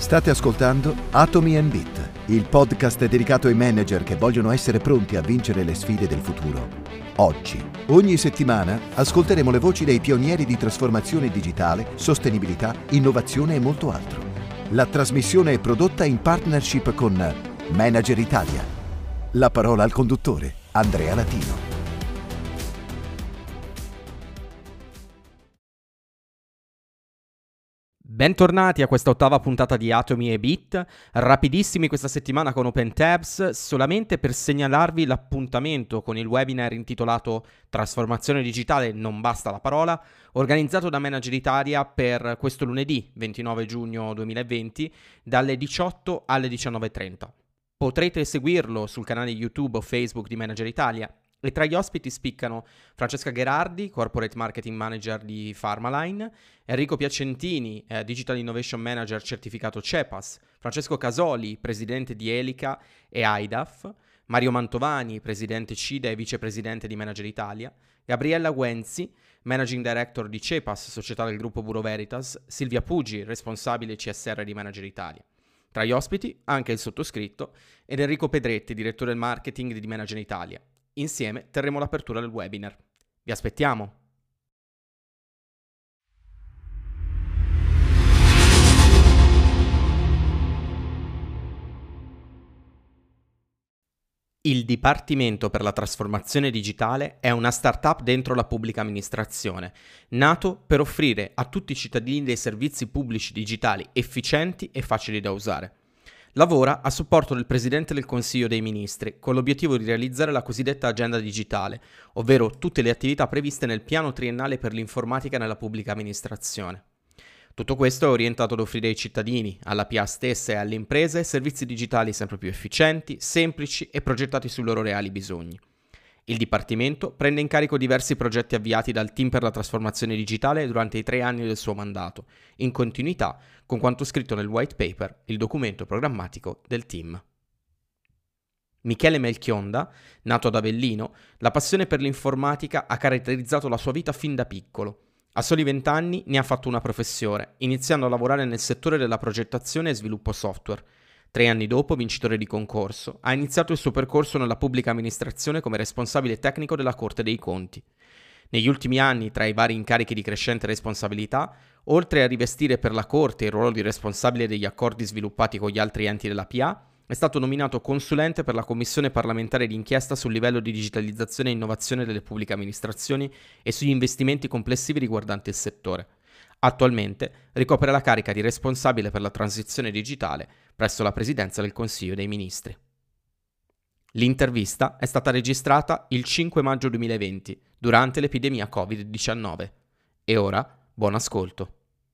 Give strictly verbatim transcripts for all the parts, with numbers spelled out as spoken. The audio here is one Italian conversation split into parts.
State ascoltando Atomi and Bit, il podcast dedicato ai manager che vogliono essere pronti a vincere le sfide del futuro. Oggi, ogni settimana, ascolteremo le voci dei pionieri di trasformazione digitale, sostenibilità, innovazione e molto altro. La trasmissione è prodotta in partnership con Manager Italia. La parola al conduttore, Andrea Latino. Bentornati a questa ottava puntata di Atomi e Bit, rapidissimi questa settimana con OpenTabs, solamente per segnalarvi l'appuntamento con il webinar intitolato Trasformazione digitale non basta la parola, organizzato da Manager Italia per questo lunedì ventinove giugno duemilaventi dalle diciotto alle diciannove e trenta. Potrete seguirlo sul canale YouTube o Facebook di Manager Italia. E tra gli ospiti spiccano Francesca Gherardi, Corporate Marketing Manager di Pharmaline, Enrico Piacentini, eh, Digital Innovation Manager certificato CEPAS, Francesco Casoli, Presidente di Elica e I D A F, Mario Mantovani, Presidente CIDA e Vicepresidente di Manager Italia, Gabriella Guenzi, Managing Director di CEPAS, società del gruppo Bureau Veritas, Silvia Puggi, responsabile C S R di Manager Italia. Tra gli ospiti anche il sottoscritto ed Enrico Pedretti, Direttore del Marketing di Manager Italia. Insieme terremo l'apertura del webinar. Vi aspettiamo! Il Dipartimento per la Trasformazione Digitale è una startup dentro la pubblica amministrazione, nato per offrire a tutti i cittadini dei servizi pubblici digitali efficienti e facili da usare. Lavora a supporto del Presidente del Consiglio dei Ministri con l'obiettivo di realizzare la cosiddetta agenda digitale, ovvero tutte le attività previste nel piano triennale per l'informatica nella pubblica amministrazione. Tutto questo è orientato ad offrire ai cittadini, alla P A stessa e alle imprese servizi digitali sempre più efficienti, semplici e progettati sui loro reali bisogni. Il Dipartimento prende in carico diversi progetti avviati dal Team per la Trasformazione Digitale durante i tre anni del suo mandato, in continuità con quanto scritto nel white paper, il documento programmatico del team. Michele Melchionda, nato ad Avellino, la passione per l'informatica ha caratterizzato la sua vita fin da piccolo. A soli vent'anni ne ha fatto una professione, iniziando a lavorare nel settore della progettazione e sviluppo software. Tre anni dopo, vincitore di concorso, ha iniziato il suo percorso nella pubblica amministrazione come responsabile tecnico della Corte dei Conti. Negli ultimi anni, tra i vari incarichi di crescente responsabilità, oltre a rivestire per la Corte il ruolo di responsabile degli accordi sviluppati con gli altri enti della P A, è stato nominato consulente per la Commissione parlamentare di inchiesta sul livello di digitalizzazione e innovazione delle pubbliche amministrazioni e sugli investimenti complessivi riguardanti il settore. Attualmente ricopre la carica di responsabile per la transizione digitale presso la Presidenza del Consiglio dei Ministri. L'intervista è stata registrata il cinque maggio duemilaventi, durante l'epidemia covid diciannove. E ora, buon ascolto.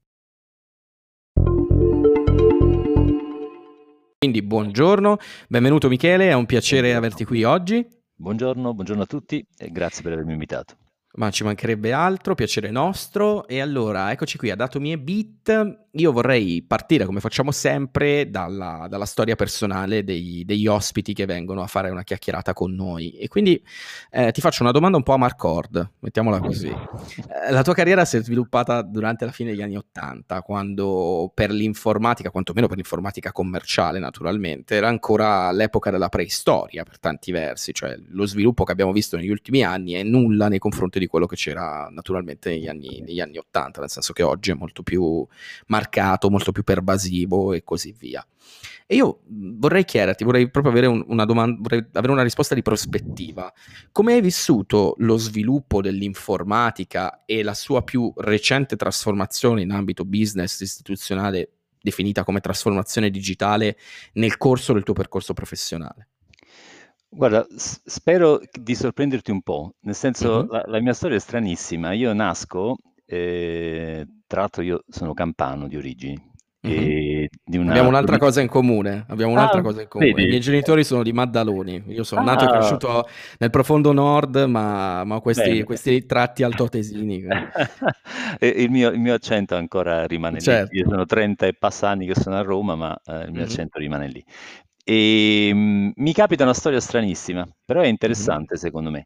Quindi buongiorno, benvenuto Michele, è un piacere Buongiorno. averti qui oggi. Buongiorno, buongiorno a tutti e grazie per avermi invitato. Ma ci mancherebbe altro, piacere nostro. E allora, eccoci qui ad Atomi e Bit. Io vorrei partire, come facciamo sempre, dalla, dalla storia personale dei, degli ospiti che vengono a fare una chiacchierata con noi. E quindi eh, ti faccio una domanda un po' a Marcord, mettiamola così. Eh, la tua carriera si è sviluppata durante la fine degli anni Ottanta, quando per l'informatica, quantomeno per l'informatica commerciale naturalmente, era ancora l'epoca della preistoria per tanti versi, cioè lo sviluppo che abbiamo visto negli ultimi anni è nulla nei confronti di quello che c'era naturalmente negli anni, negli anni Ottanta, nel senso che oggi è molto più marcato, molto più pervasivo e così via. E io vorrei chiederti, vorrei proprio avere un, una domanda, vorrei avere una risposta di prospettiva. Come hai vissuto lo sviluppo dell'informatica e la sua più recente trasformazione in ambito business istituzionale, definita come trasformazione digitale, nel corso del tuo percorso professionale? Guarda, s- spero di sorprenderti un po', nel senso Mhm. la, la mia storia è stranissima. Io nasco, eh, tra l'altro io sono campano di origini, Mhm. e di Abbiamo una un'altra provincia... cosa in comune, abbiamo Ah, un'altra cosa in comune. I vedi? miei genitori sono di Maddaloni, io sono nato e Ah, cresciuto nel profondo nord, ma, ma ho questi, bene. questi tratti altoatesini. quindi- E il mio, il mio accento ancora rimane lì. Io Certo. sono trenta e passa anni che sono a Roma, ma eh, il mio Mhm, accento rimane lì. E, mm, mi capita una storia stranissima, però è mhm, interessante secondo me.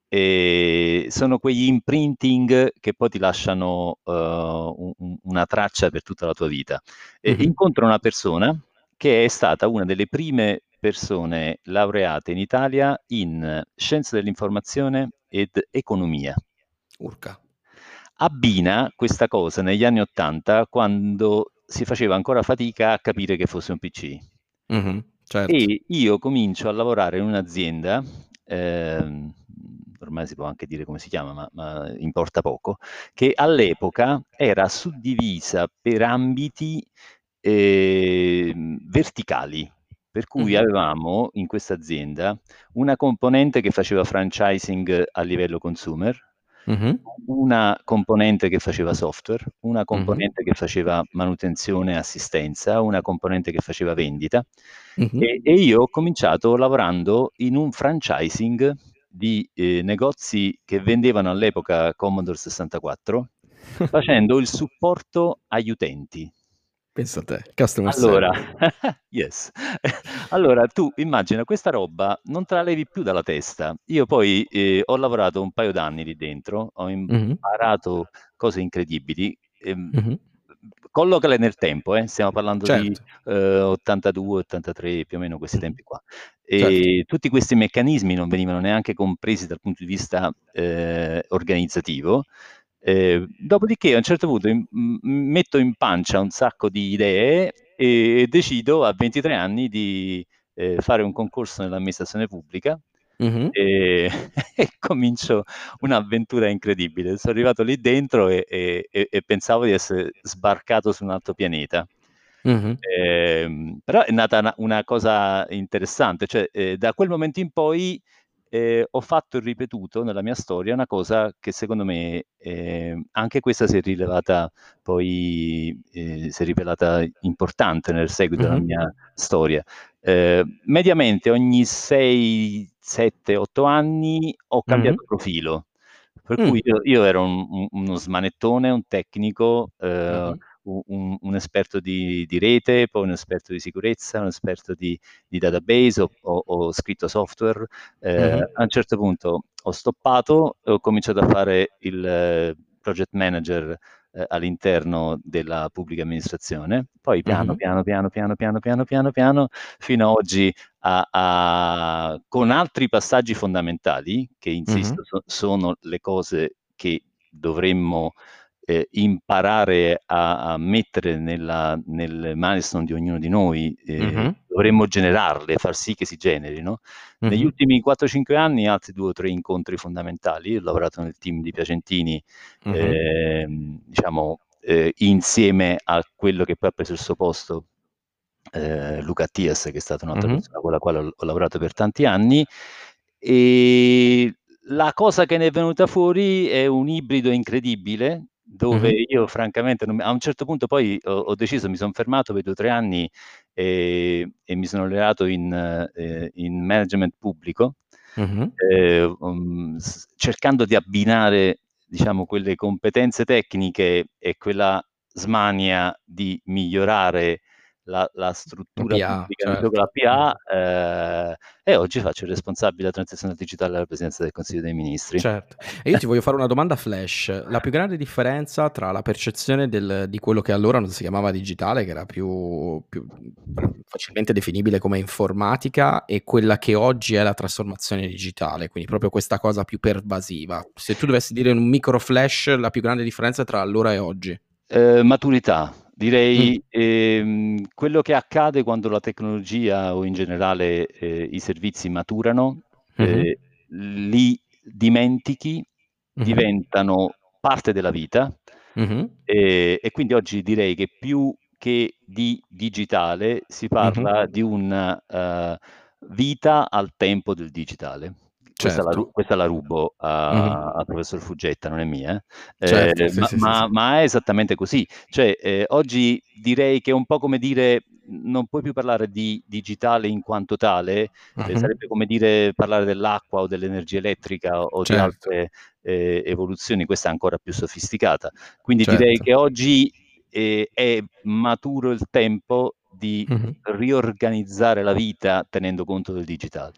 e sono quegli imprinting che poi ti lasciano uh, un, una traccia per tutta la tua vita. E Mhm. incontro una persona che è stata una delle prime persone laureate in Italia in scienze dell'informazione ed economia. Urca. Abbina questa cosa negli anni Ottanta, quando si faceva ancora fatica a capire che fosse un P C. Mhm, certo. E io comincio a lavorare in un'azienda, ehm, ormai si può anche dire come si chiama, ma, ma importa poco, che all'epoca era suddivisa per ambiti eh, verticali. Per cui Mhm, avevamo in questa azienda una componente che faceva franchising a livello consumer, mhm, una componente che faceva software, una mhm, componente che faceva manutenzione e assistenza, una componente che faceva vendita. mhm. E, e io ho cominciato lavorando in un franchising di eh, negozi che vendevano all'epoca Commodore sessantaquattro, facendo il supporto agli utenti. Pensa a te, customer Allora, service. yes. Allora tu immagina questa roba non te la levi più dalla testa. Io poi eh, ho lavorato un paio d'anni lì dentro, ho Mhm, imparato cose incredibili. ehm, mhm. collocale nel tempo, eh, stiamo parlando di Certo. eh, ottantadue, ottantatré, più o meno questi Mhm, tempi qua. certo. E tutti questi meccanismi non venivano neanche compresi dal punto di vista eh, organizzativo. Eh, dopodiché a un certo punto in- m- metto in pancia un sacco di idee e decido a ventitré anni di eh, fare un concorso nell'amministrazione pubblica Mhm, e, e comincio un'avventura incredibile. Sono arrivato lì dentro e, e- e- e pensavo di essere sbarcato su un altro pianeta. mhm, Ehm, però è nata una, una cosa interessante, cioè eh, da quel momento in poi eh, ho fatto il ripetuto nella mia storia, una cosa che secondo me eh, anche questa si è rilevata poi eh, si è rivelata importante nel seguito della mhm, mia storia. Eh, mediamente ogni sei, sette, otto anni ho mhm. cambiato profilo. Per cui Mm, io, io ero un- un- uno smanettone, un tecnico, eh, mhm, un, un- un esperto di, di rete, poi un esperto di sicurezza, un esperto di, di database, ho, ho- ho scritto software. Eh, mhm, a un certo punto ho stoppato e ho cominciato a fare il eh, project manager eh, all'interno della pubblica amministrazione, poi piano mhm, piano piano piano piano piano piano piano fino a oggi a, a, con altri passaggi fondamentali che mhm, insisto so, sono le cose che dovremmo eh, imparare a, a mettere nella, nel milestone di ognuno di noi, eh, mhm, dovremmo generarle, far sì che si generino. Negli mhm, ultimi quattro cinque anni altri due o tre incontri fondamentali, ho lavorato nel team di Piacentini, mhm, ehm, diciamo, eh, insieme a quello che poi ha preso il suo posto, eh, Luca Attias, che è stata un'altra mhm, persona con la quale ho, ho lavorato per tanti anni. E la cosa che ne è venuta fuori è un ibrido incredibile, dove mhm, io francamente non mi- a un certo punto poi ho, ho deciso, mi sono fermato per due o tre anni e, e mi sono laureato in, eh, in management pubblico, mhm. eh, um, s- cercando di abbinare, diciamo, quelle competenze tecniche e quella smania di migliorare la, la La struttura P A, pubblica certo. della P A, eh, e oggi faccio il responsabile della transizione digitale alla Presidenza del Consiglio dei Ministri. Certo. E io ti voglio fare una domanda flash. La più grande differenza tra la percezione del- di quello che allora non si chiamava digitale, che era più, più facilmente definibile come informatica, e quella che oggi è la trasformazione digitale, quindi proprio questa cosa più pervasiva. Se tu dovessi dire in un micro flash la più grande differenza tra allora e oggi. Eh, maturità, Mm, direi ehm, quello che accade quando la tecnologia o in generale eh, i servizi maturano, mhm, eh, li dimentichi, mhm, diventano parte della vita mhm, e, e quindi oggi direi che più che di digitale si mhm. parla di una eh, vita al tempo del digitale. Questa la, ru- Certo. questa la rubo Mhm. a- al professor Fuggetta, non è mia, eh. Certo, Eh, sì, ma, sì, sì, sì. ma- ma è esattamente così. Cioè, eh, oggi direi che è un po' come dire, non puoi più parlare di digitale in quanto tale, eh, Mhm. sarebbe come dire parlare dell'acqua o dell'energia elettrica o, o di Certo, altre eh, evoluzioni, questa è ancora più sofisticata. Quindi direi certo. che oggi eh, è maturo il tempo di Mhm. riorganizzare la vita tenendo conto del digitale.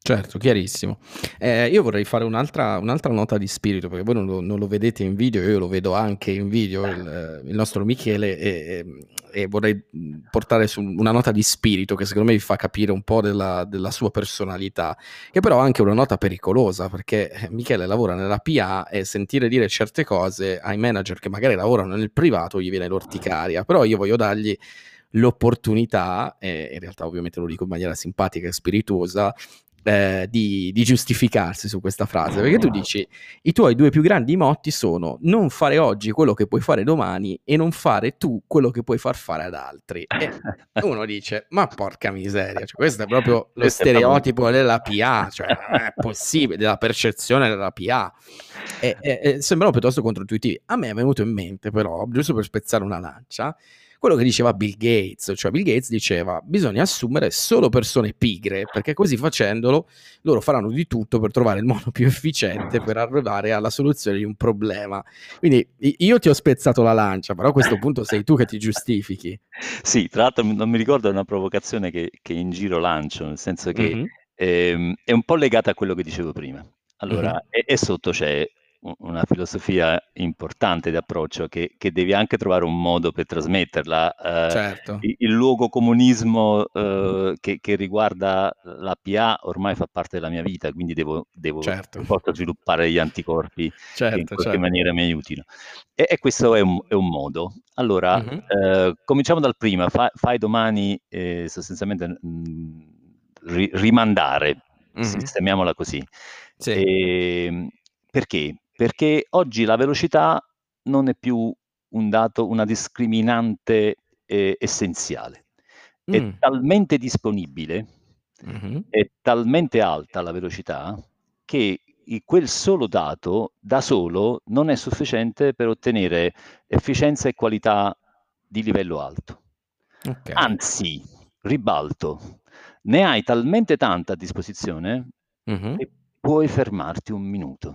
Certo, chiarissimo. Eh, io vorrei fare un'altra, un'altra nota di spirito, perché voi non lo, non lo vedete in video, io lo vedo anche in video, il, il nostro Michele, e, e vorrei mh, portare su una nota di spirito che secondo me vi fa capire un po' della, della sua personalità, che però è anche una nota pericolosa, perché eh, Michele lavora nella P A e sentire dire certe cose ai manager che magari lavorano nel privato gli viene l'orticaria, però io voglio dargli l'opportunità, e in realtà ovviamente lo dico in maniera simpatica e spirituosa, eh, di, di giustificarsi su questa frase, perché tu dici i tuoi due più grandi motti sono non fare oggi quello che puoi fare domani e non fare tu quello che puoi far fare ad altri. E uno dice ma porca miseria, cioè, questo è proprio lo Questo è proprio stereotipo della P A, cioè non è possibile, della percezione della P A. E, e, e sembrano piuttosto controintuitivi. A me è venuto in mente però, giusto per spezzare una lancia, quello che diceva Bill Gates, cioè Bill Gates diceva bisogna assumere solo persone pigre, perché così facendolo loro faranno di tutto per trovare il modo più efficiente per arrivare alla soluzione di un problema. Quindi io ti ho spezzato la lancia, però a questo punto sei tu che ti giustifichi. Sì, tra l'altro non mi ricordo, è una provocazione che, che in giro lancio, nel senso che Mhm, ehm, è un po' legata a quello che dicevo prima. mhm, Allora, e, e sotto c'è u- una filosofia importante di approccio che, che devi anche trovare un modo per trasmetterla. Eh, certo, il, il luogo comunismo eh, che, che riguarda la P A ormai fa parte della mia vita, quindi devo, devo certo, per forza sviluppare degli anticorpi che in certo, qualche certo. maniera mi aiutino. E, e questo è un, è un modo. Allora, Mhm, eh, cominciamo dal prima, fa- fai domani eh, sostanzialmente mh, ri- rimandare, mhm, sistemiamola così. sì. Ehm, perché? Perché oggi la velocità non è più un dato, una discriminante eh, essenziale. È Mm, talmente disponibile, mhm, è talmente alta la velocità che i- quel solo dato da solo non è sufficiente per ottenere efficienza e qualità di livello alto. ok. Anzi, ribalto, ne hai talmente tanta a disposizione Mhm, che puoi fermarti un minuto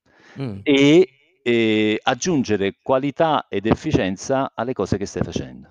mm. e eh, aggiungere qualità ed efficienza alle cose che stai facendo.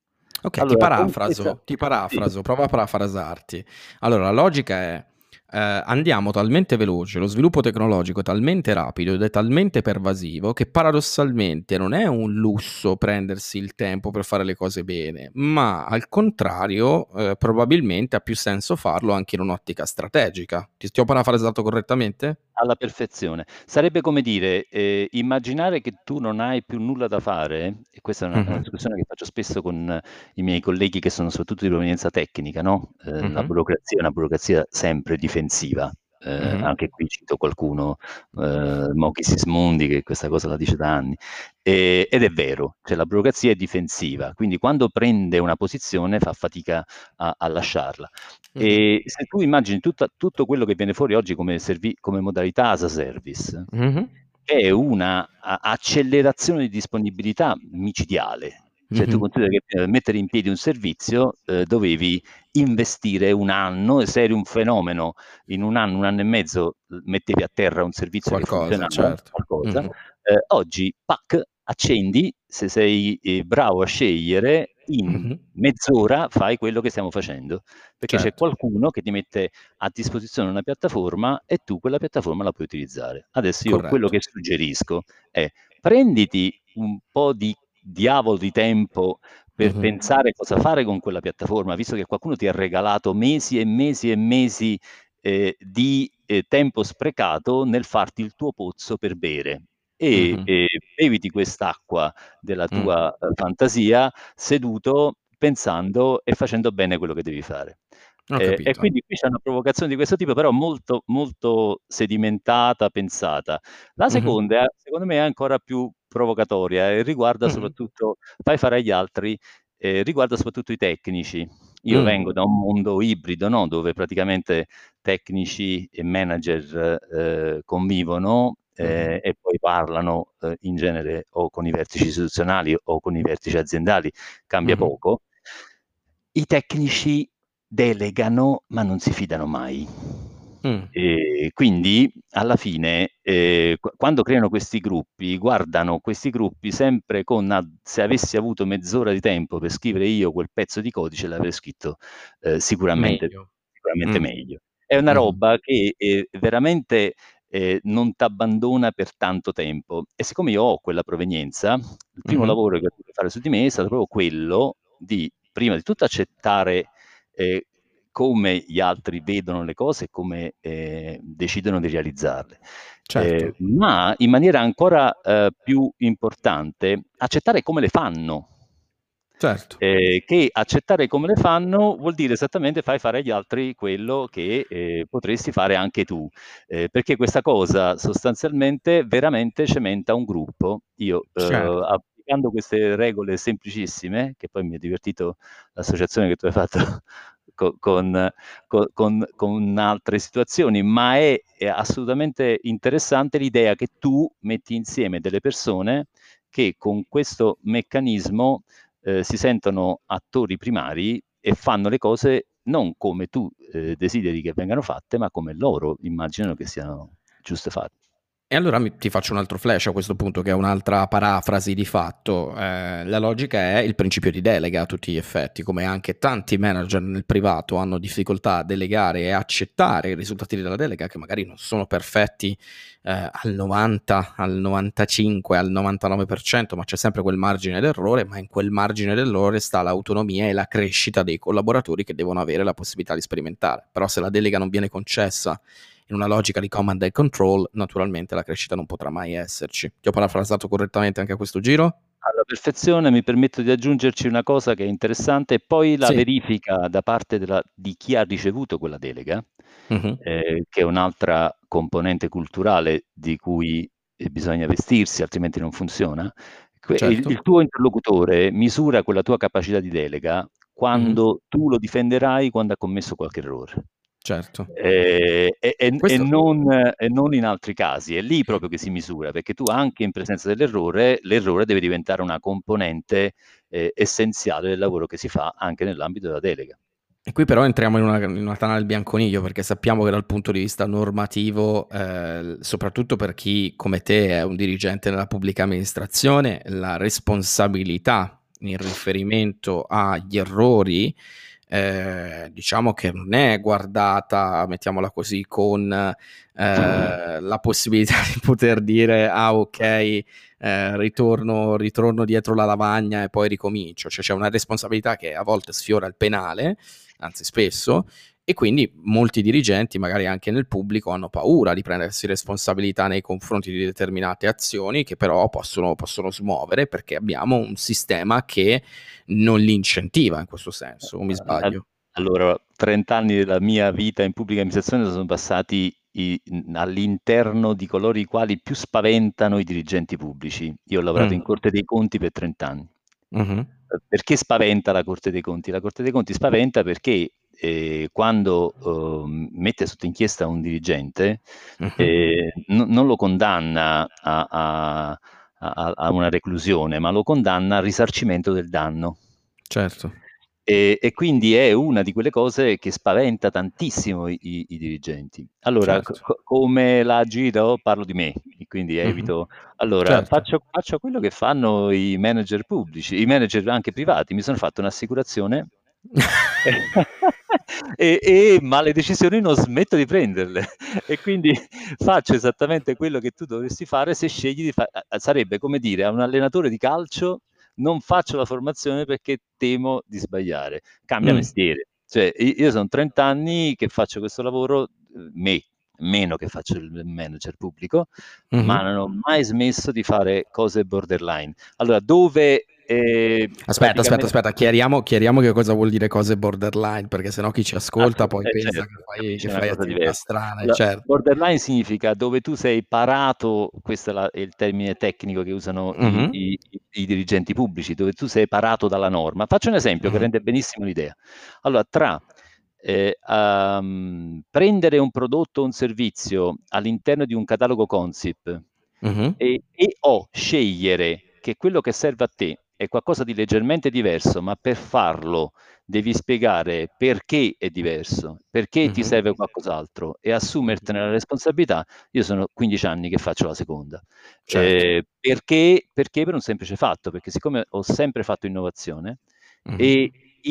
Ok, ti Allora, con questa... parafraso, ti Sì. parafraso, prova a parafrasarti. Allora, la logica è, eh, andiamo talmente veloce, lo sviluppo tecnologico è talmente rapido ed è talmente pervasivo che paradossalmente non è un lusso prendersi il tempo per fare le cose bene, ma al contrario, eh, probabilmente ha più senso farlo anche in un'ottica strategica. Ti, ti ho parafrasato correttamente? Alla perfezione. Sarebbe come dire, ehm, immaginare che tu non hai più nulla da fare, e questa è una è una Mhm, discussione che faccio spesso con eh, i miei colleghi che sono soprattutto di provenienza tecnica, no, ehm, la mhm, burocrazia è una burocrazia sempre difensiva. Ehm, mhm, anche qui cito qualcuno, ehm, Mochi Sismondi, che questa cosa la dice da anni. Ehm, ed è vero, cioè la burocrazia è difensiva, quindi quando prende una posizione fa fatica a a lasciarla. mhm, E se tu immagini tutta tutto quello che viene fuori oggi come servi come modalità as a service, mhm, è una a accelerazione di disponibilità micidiale. Cioè tu mhm. considera che per mettere in piedi un servizio, ehm, dovevi investire un anno e se eri un fenomeno in un anno, un anno e mezzo, uhm, mettevi a terra un servizio che Qualcosa, funzionava, certo. qualcosa. Mhm, Ehm, oggi, pac, accendi, se sei, ehm, bravo a scegliere, in mhm. mezz'ora fai quello che stiamo facendo, perché c'è Certo, qualcuno che ti mette a disposizione una piattaforma e tu quella piattaforma la puoi utilizzare. Adesso io quello corretto. che suggerisco è: prenditi un po' di diavolo di tempo per Mh-mh. pensare cosa fare con quella piattaforma, visto che qualcuno ti ha regalato mesi e mesi e mesi, ehm, di, ehm, tempo sprecato nel farti il tuo pozzo per bere e, Mh-mh. ehm, beviti quest'acqua della Mh. tua, uhm, fantasia seduto, pensando e facendo bene quello che devi fare. Ho Ehm, e capito. quindi qui c'è una provocazione di questo tipo, però molto, molto sedimentata, pensata. La Mh-mh. seconda, secondo me, è ancora più provocatoria e riguarda Mh-mh. soprattutto fai fare agli altri, ehm, riguarda soprattutto i tecnici. Io Mh. vengo da un mondo ibrido, no, dove praticamente tecnici e manager, ehm, convivono, Mh-mh. ehm, e poi parlano, ehm, in genere o con i vertici istituzionali o con i vertici aziendali, cambia Mh-mh. poco. I tecnici delegano, ma non si fidano mai. Mh. E quindi alla fine, ehm, q quando creano questi gruppi, guardano questi gruppi sempre con a se avessi avuto mezz'ora di tempo per scrivere io quel pezzo di codice l'avrei scritto, ehm, sicuramente Meglio. sicuramente Mh. meglio. è una Mh-mh. roba che, ehm, veramente, ehm, non t'abbandona per tanto tempo. E siccome io ho quella provenienza, il primo Mh-mh. lavoro che ho dovuto fare su di me è stato proprio quello di, prima di tutto accettare, ehm, come gli altri vedono le cose e come, ehm, decidono di realizzarle. Ehm, Certo. ma in maniera ancora, ehm, più importante, accettare come le fanno. Certo. Ehm, che accettare come le fanno vuol dire esattamente fai fare agli altri quello che, ehm, potresti fare anche tu. Ehm, perché questa cosa sostanzialmente veramente cementa un gruppo. Io, uhm, Certo. applicando queste regole semplicissime, che poi mi è divertito l'associazione che tu hai fatto co con co con con altre situazioni, ma è è assolutamente interessante l'idea che tu metti insieme delle persone che con questo meccanismo, ehm, si sentono attori primari e fanno le cose non come tu, ehm, desideri che vengano fatte, ma come loro immaginano che siano giuste fat E allora mi ti faccio un altro flash a questo punto, che è un'altra parafrasi di fatto. Ehm, la logica è il principio di delega a tutti gli effetti, come anche tanti manager nel privato hanno difficoltà a delegare e accettare i risultati della delega, che magari non sono perfetti, ehm, al novanta, al novantacinque, al novantanove per cento, ma c'è sempre quel margine d'errore, ma in quel margine d'errore sta l'autonomia e la crescita dei collaboratori che devono avere la possibilità di sperimentare. Però se la delega non viene concessa in una logica di command and control, naturalmente la crescita non potrà mai esserci. Ti ho parafrasato correttamente anche a questo giro? alla perfezione. Mi permetto di aggiungerci una cosa che è interessante, e poi la Sì. verifica da parte della di chi ha ricevuto quella delega, Mh-mh. ehm, che è un'altra componente culturale di cui, ehm, bisogna vestirsi, altrimenti non funziona. Que il Certo. il tuo interlocutore misura quella tua capacità di delega Mh-mh. quando tu lo difenderai quando ha commesso qualche errore. Certo. Ehm, e e n e Questo non e non in altri casi. È lì proprio che si misura, perché tu anche in presenza dell'errore, l'errore deve diventare una componente, ehm, essenziale del lavoro che si fa anche nell'ambito della delega. E qui però entriamo in una in una tana del bianconiglio, perché sappiamo che dal punto di vista normativo, ehm, soprattutto per chi come te è un dirigente nella pubblica amministrazione, la responsabilità in riferimento agli errori, ehm, diciamo che non è guardata, mettiamola così, con, ehm, la possibilità di poter dire: "Ah okay, ehm, ritorno ritorno dietro la lavagna e poi ricomincio." Cioè c'è una responsabilità che a volte sfiora il penale, anzi spesso, e quindi molti dirigenti, magari anche nel pubblico, hanno paura di prendersi responsabilità nei confronti di determinate azioni che però possono possono smuovere, perché abbiamo un sistema che non li incentiva in questo senso, o mi Al sbaglio? allora, trenta anni della mia vita in pubblica amministrazione sono passati i mhmm, all'interno di coloro i quali più spaventano i dirigenti pubblici. Io ho lavorato Mh. in Corte dei Conti per trenta anni. Mh-mh. Uhm, perché spaventa la Corte dei Conti? La Corte dei Conti spaventa perché, ehm, quando, uhm, mette sotto inchiesta un dirigente, Mh-mh. ehm, no non lo condanna a a a a una reclusione, ma lo condanna al risarcimento del danno. Certo, E e quindi è una di quelle cose che spaventa tantissimo i i i dirigenti. Allora, co certo. co come la agito? Parlo di me, e quindi Mh-mh. evito allora Certo. faccio faccio quello che fanno i manager pubblici, i manager anche privati. Mi sono fatto un'assicurazione e e ma le decisioni non smetto di prenderle. E quindi faccio esattamente quello che tu dovresti fare se scegli di fa a a sarebbe come dire a un allenatore di calcio: "Non faccio la formazione perché temo di sbagliare." Cambia Mh. mestiere. Cioè i io son trenta anni che faccio questo lavoro, uhm, me meno che faccio il manager pubblico, Mh-mh. ma non ho mai smesso di fare cose borderline. Allora dove, ehm, Aspetta, aspetta, praticamente aspetta, chiariamo chiariamo che cosa vuol dire cose borderline, perché se no chi ci Ass ascolta poi eh pensa che certo, fai che capisci, è una fai cosa attività diversa. strane, Allora, cer borderline significa dove tu sei parato, questo è la è il termine tecnico che usano i Mh-mh. i i i dirigenti pubblici, dove tu sei parato dalla norma. Faccio un esempio che Mh-mh. rende benissimo l'idea. Allora, tra, ehm, uhm, prendere un prodotto o un servizio all'interno di un catalogo Consip Mh-mh. e e o scegliere che quello che serve a te è qualcosa di leggermente diverso, ma per farlo devi spiegare perché è diverso, perché ti Mh-mh. serve qualcos'altro e Mh-mh. assumertene la responsabilità. Io sono quindici anni che faccio la seconda. Certo. Ehm, perché perché per un semplice fatto, perché siccome ho sempre fatto innovazione Mh-mh. e i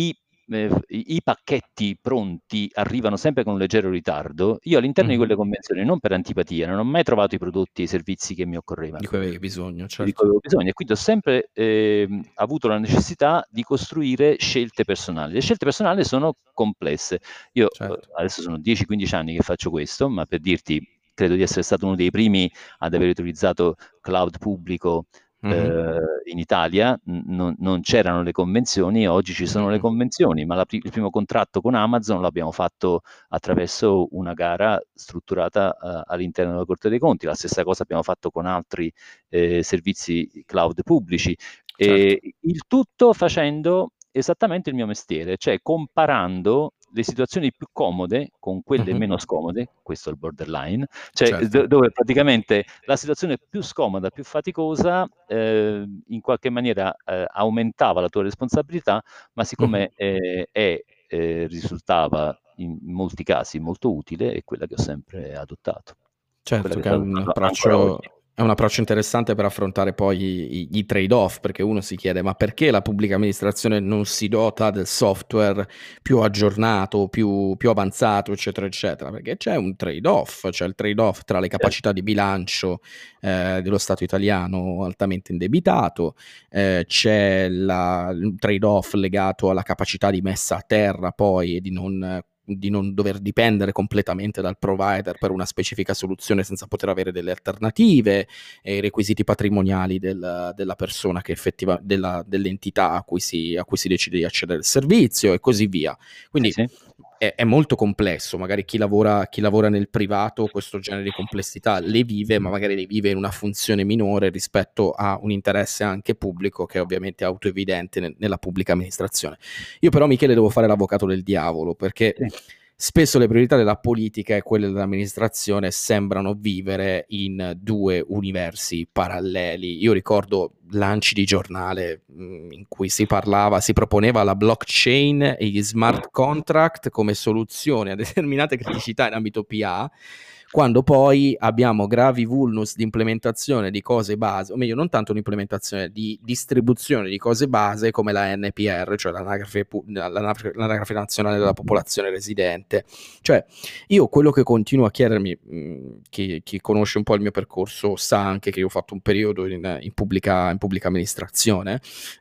eh, i, i pacchetti pronti arrivano sempre con un leggero ritardo, io all'interno di Mhm. quelle convenzioni, non per antipatia, non ho mai trovato i prodotti e i servizi che mi Di occorrevano, cui avevi bisogno, di cui certo. avevo bisogno, e quindi ho sempre ehm, avuto la necessità di costruire scelte personali. Le scelte personali sono complesse. Io eh, Certo. adesso sono dieci quindici anni che faccio questo, ma per dirti, credo di essere stato uno dei primi ad aver utilizzato cloud pubblico Mhm. eh, in Italia. N- non, non c'erano le convenzioni, oggi ci sono le Mhm. convenzioni, ma la pri- il primo contratto con Amazon l'abbiamo fatto attraverso una gara strutturata eh, all'interno della Corte dei Conti. La stessa cosa abbiamo fatto con altri eh, servizi cloud pubblici, Certo. e il tutto facendo esattamente il mio mestiere, cioè comparando le situazioni più comode con quelle Mhm. meno scomode. Questo è il borderline, cioè Certo. do- dove praticamente la situazione più scomoda, più faticosa, eh, in qualche maniera eh, aumentava la tua responsabilità, ma Mhm. siccome eh, è, eh, risultava in molti casi molto utile, è quella che ho sempre adottato, quella Certo, che che è sto un adottando ancora approccio oggi. è un approccio interessante per affrontare poi i i trade-off, perché uno si chiede: ma perché la pubblica amministrazione non si dota del software più aggiornato, più più avanzato, eccetera, eccetera? Perché c'è un trade-off, c'è il trade-off tra le Certo. capacità di bilancio, ehm, dello Stato italiano altamente indebitato, ehm, c'è la il trade-off legato alla capacità di messa a terra poi e di non di non dover dipendere completamente dal provider per una specifica soluzione senza poter avere delle alternative, e i requisiti patrimoniali del della persona che effettiva della dell'entità a cui si a cui si decide di accedere al servizio e così via. Sì, Quindi sì. è è molto complesso, magari chi lavora chi lavora nel privato questo genere di complessità le vive, ma magari le vive in una funzione minore rispetto a un interesse anche pubblico che è ovviamente autoevidente ne nella pubblica amministrazione. Io però, Michele, devo fare l'avvocato del diavolo, perché Sì. spesso le priorità della politica e quelle dell'amministrazione sembrano vivere in due universi paralleli. Io ricordo lanci di giornale mh, in cui si parlava, si proponeva la blockchain e gli smart contract come soluzione a determinate criticità in ambito P A, quando poi abbiamo gravi vulnus di implementazione di cose base, o meglio, non tanto l'implementazione, di distribuzione di cose base come la N P R, cioè l'anagrafe, pu- l'anagrafe, l'anagrafe nazionale della popolazione residente. Cioè, io quello che continuo a chiedermi, mh, chi, chi conosce un po' il mio percorso sa anche che io ho fatto un periodo in, in pubblica, in pubblica amministrazione.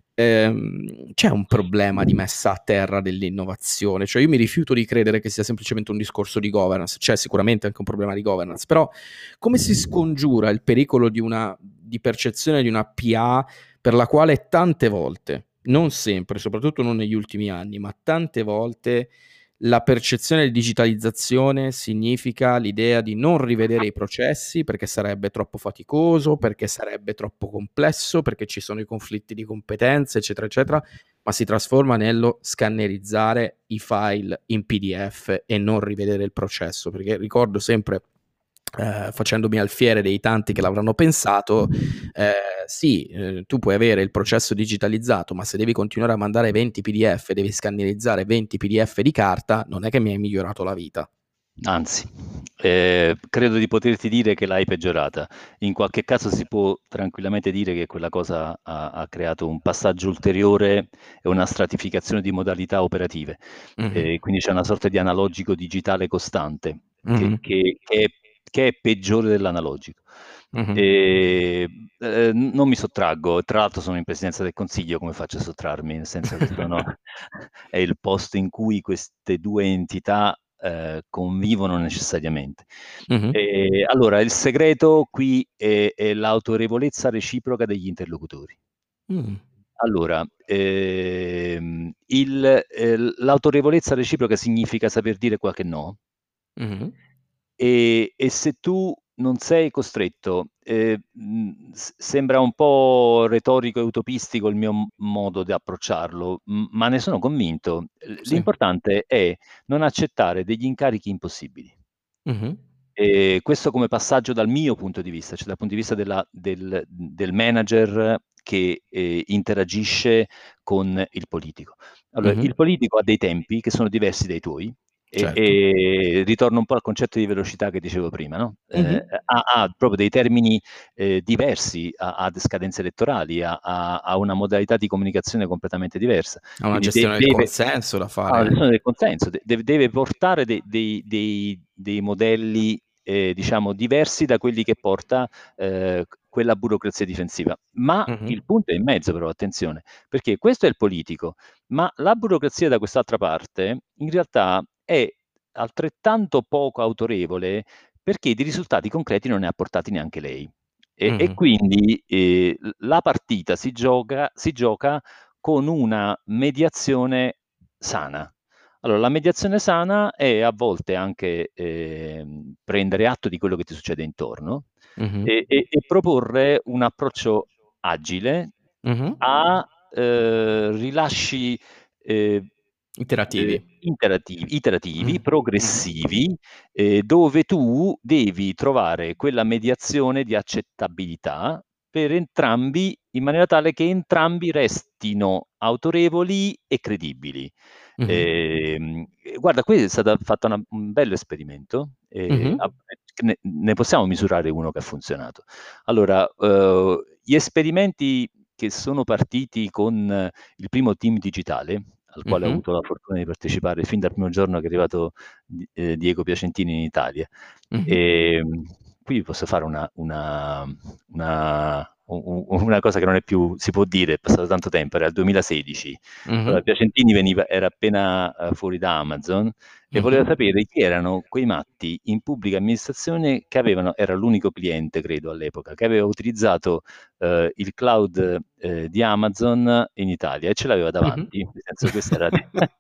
Ehm, c'è un problema di messa a terra dell'innovazione, cioè io mi rifiuto di credere che sia semplicemente un discorso di governance, c'è sicuramente anche un problema di governance, però come si scongiura il pericolo di una di percezione di una P A per la quale tante volte, non sempre, soprattutto non negli ultimi anni, ma tante volte la percezione di digitalizzazione significa l'idea di non rivedere i processi perché sarebbe troppo faticoso, perché sarebbe troppo complesso, perché ci sono i conflitti di competenze, eccetera, eccetera, ma si trasforma nello scannerizzare i file in P D F e non rivedere il processo, perché ricordo sempre, eh, facendomi alfiere dei tanti che l'avranno pensato, eh, sì, eh, tu puoi avere il processo digitalizzato, ma se devi continuare a mandare venti P D F, devi scannerizzare venti P D F di carta, non è che mi hai migliorato la vita. Anzi, eh, credo di poterti dire che l'hai peggiorata. In qualche caso si può tranquillamente dire che quella cosa ha, ha creato un passaggio ulteriore e una stratificazione di modalità operative. Mhm. Eh, quindi c'è una sorta di analogico digitale costante che, Mhm. che- che è, che è peggiore dell'analogico. Mhm. E, eh, non mi sottraggo, tra l'altro sono in presidenza del Consiglio, come faccio a sottrarmi? Nel senso che sono, è il posto in cui queste due entità eh, convivono necessariamente. Mhm. E, allora, il segreto qui è, è l'autorevolezza reciproca degli interlocutori. Mm. Allora, ehm, il, eh, l'autorevolezza reciproca significa saper dire qualche no, Mhm. e, e se tu non sei costretto, eh, mh, s- sembra un po' retorico e utopistico il mio m- modo di approcciarlo, m- ma ne sono convinto. L- Sì. L'importante è non accettare degli incarichi impossibili. Mhm. E questo come passaggio dal mio punto di vista, cioè dal punto di vista della- del, del manager che eh, interagisce con il politico. Allora, Mhm. il politico ha dei tempi che sono diversi dai tuoi, E, Certo. e ritorno un po' al concetto di velocità che dicevo prima, no? Eh, Mhm. ha, ha proprio dei termini eh, diversi, ha, ha scadenze elettorali, ha, ha, ha una modalità di comunicazione completamente diversa. Ha una Quindi de- gestione del deve, consenso da ha fare una gestione anche. del consenso, de- deve, deve portare dei, dei, dei, dei modelli eh, diciamo diversi da quelli che porta eh, quella burocrazia difensiva. Ma Mhm. il punto è in mezzo, però, attenzione, perché questo è il politico, ma la burocrazia da quest'altra parte in realtà è altrettanto poco autorevole perché di risultati concreti non ne ha portati neanche lei. E, e Mhm. quindi eh, la partita si gioca, si gioca con una mediazione sana. Allora, la mediazione sana è a volte anche eh, prendere atto di quello che ti succede intorno Mhm. e, e, e proporre un approccio agile Mhm. a eh, rilasci eh, Iterativi. eh, interativi, iterativi, Mhm. progressivi, eh, dove tu devi trovare quella mediazione di accettabilità per entrambi, in maniera tale che entrambi restino autorevoli e credibili. Mhm. Ehm, guarda, qui è stato fatto una- un bello esperimento, eh, Mhm. a- ne, ne possiamo misurare uno che ha funzionato. Allora, eh, gli esperimenti che sono partiti con eh, il primo team digitale, al quale ho Mhm. avuto la fortuna di partecipare fin dal primo giorno che è arrivato eh, Diego Piacentini in Italia. Mhm. E, qui vi posso fare una, una, una, un- una cosa che non è più, si può dire, è passato tanto tempo, era il duemilasedici. Allora, Mhm. Piacentini veniva, era appena eh, fuori da Amazon e voleva Mhm. sapere chi erano quei matti in pubblica amministrazione che avevano, era l'unico cliente, credo, all'epoca, che aveva utilizzato eh, il cloud eh, di Amazon in Italia e ce l'aveva Mhm. davanti, nel senso questa era...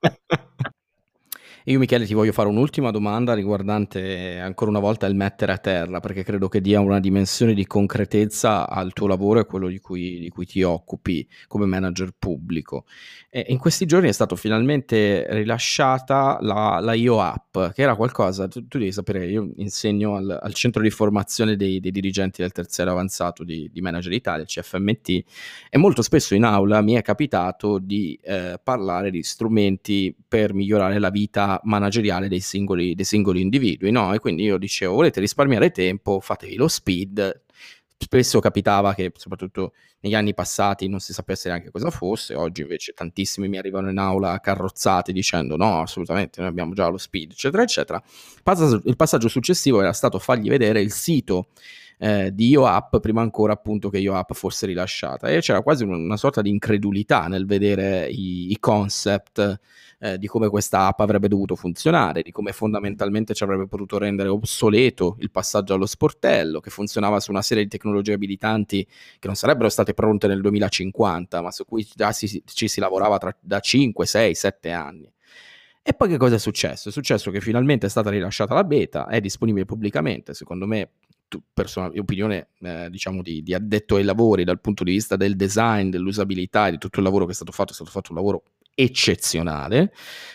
Io Michele ti voglio fare un'ultima domanda riguardante ancora una volta il mettere a terra, perché credo che dia una dimensione di concretezza al tuo lavoro e a quello di cui, di cui ti occupi come manager pubblico. E in questi giorni è stata finalmente rilasciata la, la I O App, che era qualcosa, tu, tu devi sapere, io insegno al, al centro di formazione dei, dei dirigenti del terziario avanzato di, di Manager Italia, il C F M T, e molto spesso in aula mi è capitato di eh, parlare di strumenti per migliorare la vita manageriale dei singoli, dei singoli individui, no? E quindi io dicevo, volete risparmiare tempo, fatevi lo speed. Spesso capitava che, soprattutto negli anni passati, non si sapesse neanche cosa fosse, oggi invece tantissimi mi arrivano in aula carrozzati dicendo no, assolutamente, noi abbiamo già lo speed, eccetera, eccetera. Il passaggio successivo era stato fargli vedere il sito eh, di I O App prima ancora appunto che I O App fosse rilasciata, e c'era quasi una, una sorta di incredulità nel vedere i, i concept eh, di come questa app avrebbe dovuto funzionare, di come fondamentalmente ci avrebbe potuto rendere obsoleto il passaggio allo sportello, che funzionava su una serie di tecnologie abilitanti che non sarebbero state pronte nel duemilacinquanta, ma su cui già si, ci si lavorava tra, da cinque, sei, sette anni. E poi che cosa è successo? È successo che finalmente è stata rilasciata la beta, è disponibile pubblicamente, secondo me, tu, personale, opinione eh, diciamo di, di addetto ai lavori dal punto di vista del design, dell'usabilità e di tutto il lavoro che è stato fatto, è stato fatto un lavoro eccezionale,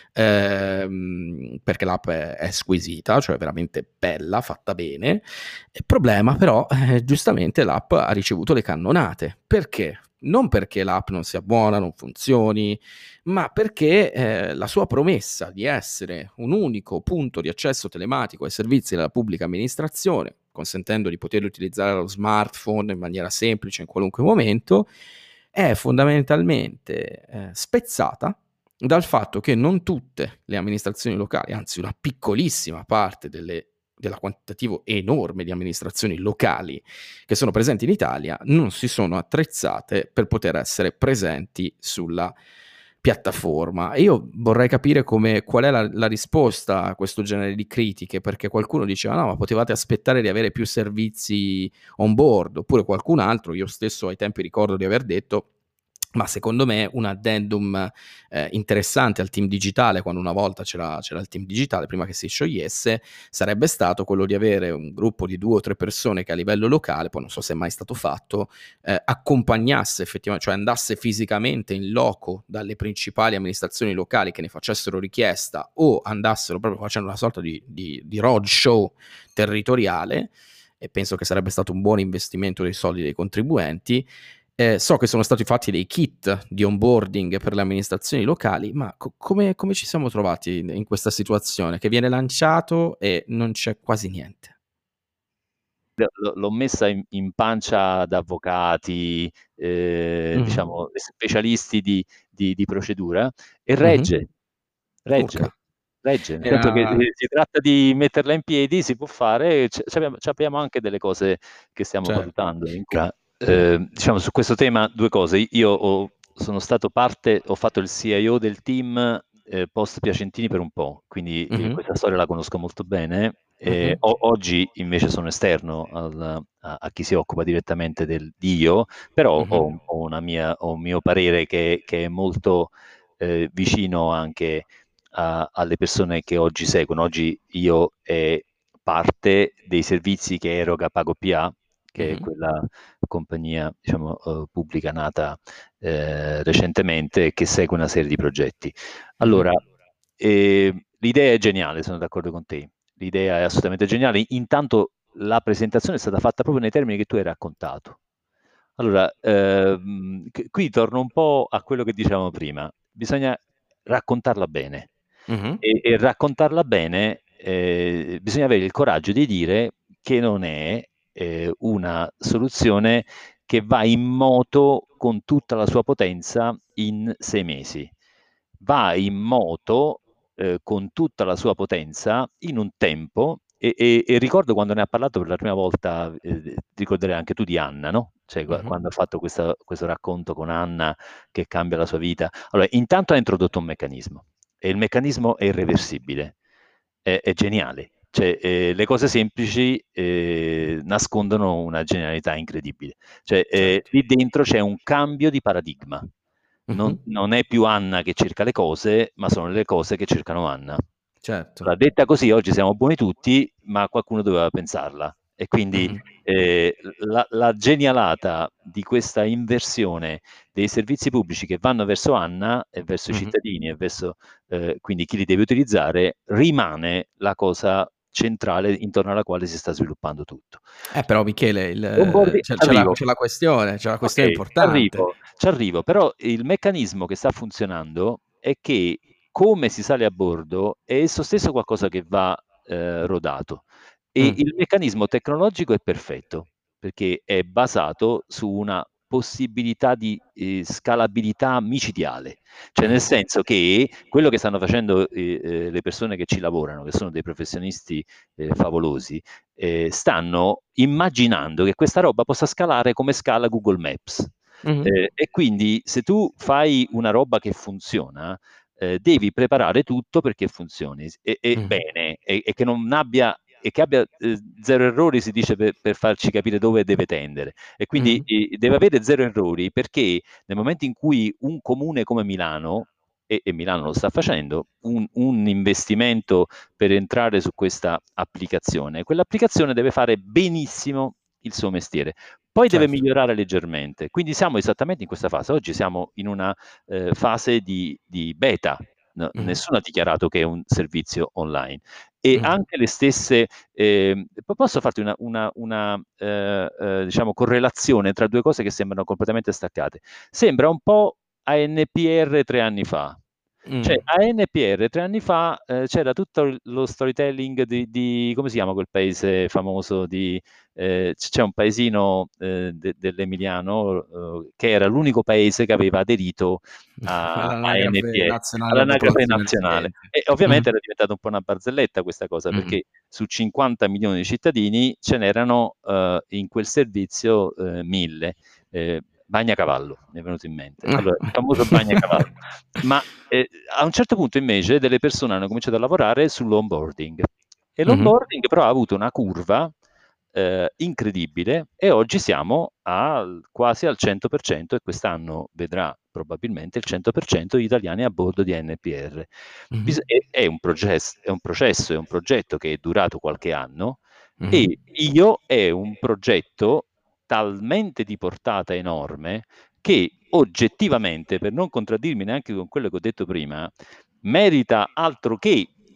ehm, perché l'app è, è squisita, cioè veramente bella, fatta bene. Il problema però, eh, giustamente l'app ha ricevuto le cannonate. Perché? Non perché l'app non sia buona, non funzioni, ma perché eh, la sua promessa di essere un unico punto di accesso telematico ai servizi della pubblica amministrazione, consentendo di poter utilizzare lo smartphone in maniera semplice in qualunque momento, è fondamentalmente eh, spezzata dal fatto che non tutte le amministrazioni locali, anzi una piccolissima parte delle, della quantitativo enorme di amministrazioni locali che sono presenti in Italia, non si sono attrezzate per poter essere presenti sulla piattaforma. E io vorrei capire come, qual è la, la risposta a questo genere di critiche, perché qualcuno diceva no, ma potevate aspettare di avere più servizi on board, oppure qualcun altro, io stesso ai tempi ricordo di aver detto, ma secondo me un addendum eh, interessante al team digitale, quando una volta c'era, c'era il team digitale, prima che si sciogliesse, sarebbe stato quello di avere un gruppo di due o tre persone che a livello locale, poi non so se è mai stato fatto, eh, accompagnasse effettivamente, cioè andasse fisicamente in loco dalle principali amministrazioni locali che ne facessero richiesta, o andassero proprio facendo una sorta di, di, di roadshow territoriale, e penso che sarebbe stato un buon investimento dei soldi dei contribuenti. Eh, so che sono stati fatti dei kit di onboarding per le amministrazioni locali, ma co- come, come ci siamo trovati in, in questa situazione? Che viene lanciato e non c'è quasi niente. L- l'ho messa in, in pancia ad avvocati, eh, Mhm. diciamo, specialisti di, di- di procedura e Mhm. regge, regge, Urca. regge, nel senso che Era... eh, si tratta di metterla in piedi, si può fare, c- c- abbiamo, c- abbiamo anche delle cose che stiamo Certo. valutando. In cura. Eh, diciamo, su questo tema due cose. Io ho- sono stato parte, ho fatto il C I O del team eh, post Piacentini per un po', quindi eh, Mhm. questa storia la conosco molto bene. Eh, Mhm. o- oggi invece sono esterno al- a, a chi si occupa direttamente del, di io, però Mhm. ho, ho una mia, ho un mio parere che, che è molto eh, vicino anche a- alle persone che oggi seguono. Oggi io è parte dei servizi che eroga PagoPA, che è Mhm. quella compagnia, diciamo, eh, pubblica nata eh, recentemente e che segue una serie di progetti. Mhm. Allora, eh, l'idea è geniale, sono d'accordo con te. L'idea è assolutamente geniale. Intanto la presentazione è stata fatta proprio nei termini che tu hai raccontato. Allora, ehm, qui qui torno un po' a quello che dicevamo prima. Bisogna raccontarla bene. Mhm. E, e raccontarla bene, eh, bisogna avere il coraggio di dire che non è eh, una soluzione che va in moto con tutta la sua potenza in sei mesi. Va in moto eh, con tutta la sua potenza in un tempo e, e- e ricordo quando ne ha parlato per la prima volta, eh, ricorderai anche tu di Anna, no? Cioè, qua- Mhm. quando ha fatto questa- questo racconto con Anna che cambia la sua vita. Allora, intanto ha introdotto un meccanismo e il meccanismo è irreversibile, è, è geniale. Cioè, eh, le cose semplici eh, nascondono una genialità incredibile. Cioè, eh, Certo. lì dentro c'è un cambio di paradigma. Mhm. Non, non è più Anna che cerca le cose, ma sono le cose che cercano Anna. Certo. Allora, detta così, oggi siamo buoni tutti, ma qualcuno doveva pensarla. E quindi Mhm. eh, la, la genialata di questa inversione dei servizi pubblici che vanno verso Anna e verso i Mhm. cittadini e verso eh, quindi chi li deve utilizzare, rimane la cosa centrale intorno alla quale si sta sviluppando tutto. Eh, però Michele, il- Onboarding, c'è, ci c'è la, arrivo. c'è la questione, c'è la Ok, questione ci importante. arrivo, ci arrivo, però il meccanismo che sta funzionando è che come si sale a bordo è esso stesso qualcosa che va eh, rodato e Mm. il meccanismo tecnologico è perfetto perché è basato su una possibilità di eh, scalabilità micidiale, cioè nel Mhm. senso che quello che stanno facendo eh, eh, le persone che ci lavorano, che sono dei professionisti eh, favolosi, eh, stanno immaginando che questa roba possa scalare come scala Google Maps. Mhm. Eh, e quindi se tu fai una roba che funziona, eh, devi preparare tutto perché funzioni e, e Mhm. bene e, e che non abbia e che abbia eh, zero errori, si dice, per, per farci capire dove deve tendere. E quindi Mhm. eh, deve avere zero errori perché nel momento in cui un comune come Milano, e, e Milano lo sta facendo, un, un investimento per entrare su questa applicazione, quell'applicazione deve fare benissimo il suo mestiere. Poi deve Certo. migliorare leggermente. Quindi siamo esattamente in questa fase. Oggi siamo in una eh, fase di, di beta. No, Mhm. nessuno ha dichiarato che è un servizio online. E Mhm. anche le stesse, eh, posso farti una, una, una eh, eh, diciamo, correlazione tra due cose che sembrano completamente staccate. Sembra un po' A N P R tre anni fa. Cioè, Mm. a N P R tre anni fa eh, c'era tutto il- lo storytelling di, di- come si chiama quel paese famoso di, eh, c- c'è un paesino eh, de- dell'Emiliano eh, che era l'unico paese che aveva aderito a, a All'anagrafe N P R, nazionale della all'anagrafe popolazione nazionale. residente. E Mhm. ovviamente era diventata un po' una barzelletta questa cosa, Mhm. perché su cinquanta milioni di cittadini ce n'erano eh, in quel servizio eh, mille. Eh, Bagnacavallo, mi è venuto in mente. Allora, il famoso Bagnacavallo. Ma eh, a un certo punto invece delle persone hanno cominciato a lavorare sull'onboarding e Mhm. l'onboarding però ha avuto una curva eh, incredibile e oggi siamo al, quasi al cento per cento e quest'anno vedrà probabilmente il cento per cento di italiani a bordo di N P R. Mhm. Bis- è, è un processo, è un processo, è un progetto che è durato qualche anno Mhm. e io è un progetto talmente di portata enorme che oggettivamente, per non contraddirmi neanche con quello che ho detto prima, merita altro che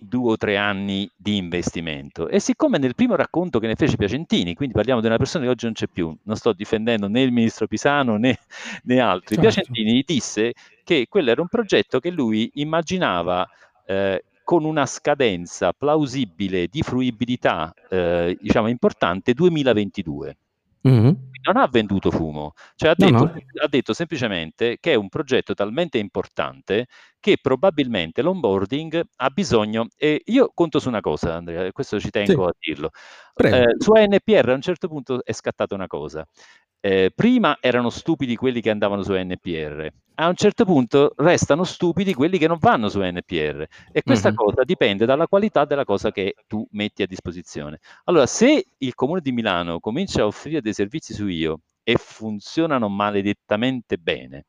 due o tre anni di investimento. E siccome nel primo racconto che ne fece Piacentini, quindi parliamo di una persona che oggi non c'è più, non sto difendendo né il ministro Pisano né, né altri, certo. Piacentini disse che quello era un progetto che lui immaginava eh, con una scadenza plausibile di fruibilità eh, diciamo importante duemilaventidue. Mm-hmm. Non ha venduto fumo, cioè ha, no, detto, no. ha detto semplicemente che è un progetto talmente importante che probabilmente l'onboarding ha bisogno, e io conto su una cosa, Andrea, questo ci tengo sì. a dirlo, eh, su A N P R a un certo punto è scattata una cosa. Eh, prima erano stupidi quelli che andavano su A N P R, a un certo punto restano stupidi quelli che non vanno su A N P R, e questa mm-hmm. cosa dipende dalla qualità della cosa che tu metti a disposizione. Allora, se il Comune di Milano comincia a offrire dei servizi su I O e funzionano maledettamente bene,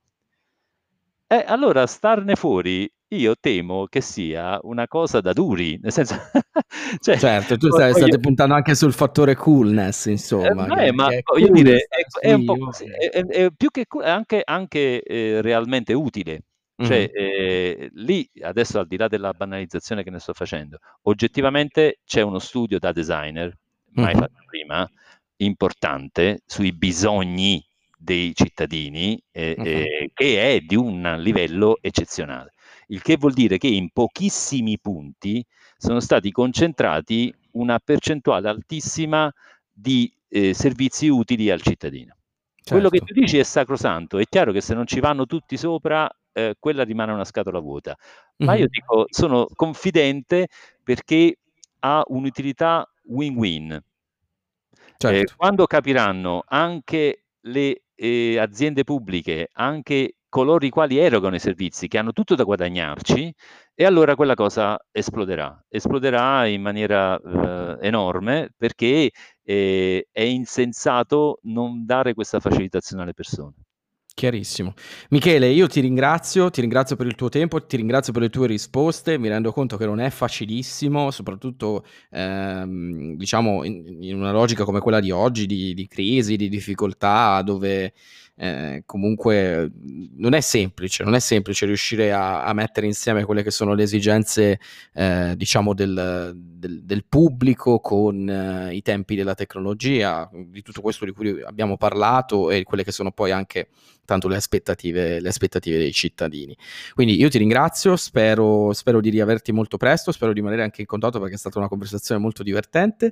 eh, allora starne fuori io temo che sia una cosa da duri, nel senso cioè, certo, tu stai, state io... puntando anche sul fattore coolness, insomma, eh, che, ma che è voglio cool dire è, è un po' così, è, è, è più che cool, è anche, anche eh, realmente utile. Cioè, mm-hmm. eh, lì, adesso al di là della banalizzazione che ne sto facendo, oggettivamente c'è uno studio da designer, mai mm-hmm. fatto prima, importante, sui bisogni dei cittadini, eh, uh-huh. eh, che è di un livello eccezionale. Il che vuol dire che in pochissimi punti sono stati concentrati una percentuale altissima di eh, servizi utili al cittadino. Certo. Quello che tu dici è sacrosanto, è chiaro che se non ci vanno tutti sopra, eh, quella rimane una scatola vuota. Ma uh-huh. io dico, sono confidente perché ha un'utilità win-win. Certo. Eh, quando capiranno anche le eh, aziende pubbliche, anche coloro i quali erogano i servizi, che hanno tutto da guadagnarci, e allora quella cosa esploderà, esploderà in maniera eh, enorme, perché eh, è insensato non dare questa facilitazione alle persone. Chiarissimo. Michele, io ti ringrazio, ti ringrazio per il tuo tempo, ti ringrazio per le tue risposte, mi rendo conto che non è facilissimo, soprattutto ehm, diciamo in, in una logica come quella di oggi, di, di crisi, di difficoltà, dove eh, comunque non è semplice, non è semplice riuscire a, a mettere insieme quelle che sono le esigenze eh, diciamo del, del, del pubblico con eh, i tempi della tecnologia, di tutto questo di cui abbiamo parlato e quelle che sono poi anche tanto le aspettative, le aspettative dei cittadini. Quindi io ti ringrazio, spero, spero di riaverti molto presto, spero di rimanere anche in contatto perché è stata una conversazione molto divertente,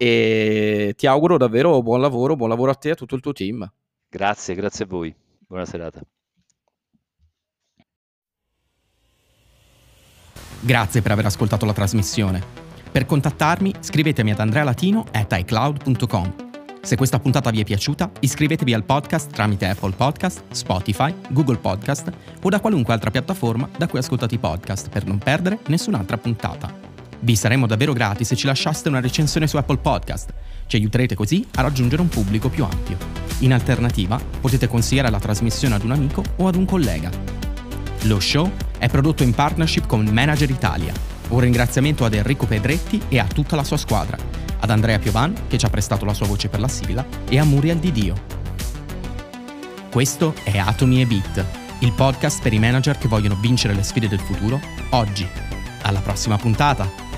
e ti auguro davvero buon lavoro, buon lavoro a te e a tutto il tuo team. Grazie, grazie a voi. Buona serata. Grazie per aver ascoltato la trasmissione. Per contattarmi scrivetemi ad andrealatino at icloud punto com. Se questa puntata vi è piaciuta, iscrivetevi al podcast tramite Apple Podcast, Spotify, Google Podcast o da qualunque altra piattaforma da cui ascoltate i podcast per non perdere nessun'altra puntata. Vi saremmo davvero grati se ci lasciaste una recensione su Apple Podcast. Ci aiuterete così a raggiungere un pubblico più ampio. In alternativa, potete consigliare la trasmissione ad un amico o ad un collega. Lo show è prodotto in partnership con Manager Italia. Un ringraziamento ad Enrico Pedretti e a tutta la sua squadra, ad Andrea Piovan, che ci ha prestato la sua voce per la sigla, e a Muriel Di Dio. Questo è Atomi e Bit, il podcast per i manager che vogliono vincere le sfide del futuro oggi. Alla prossima puntata!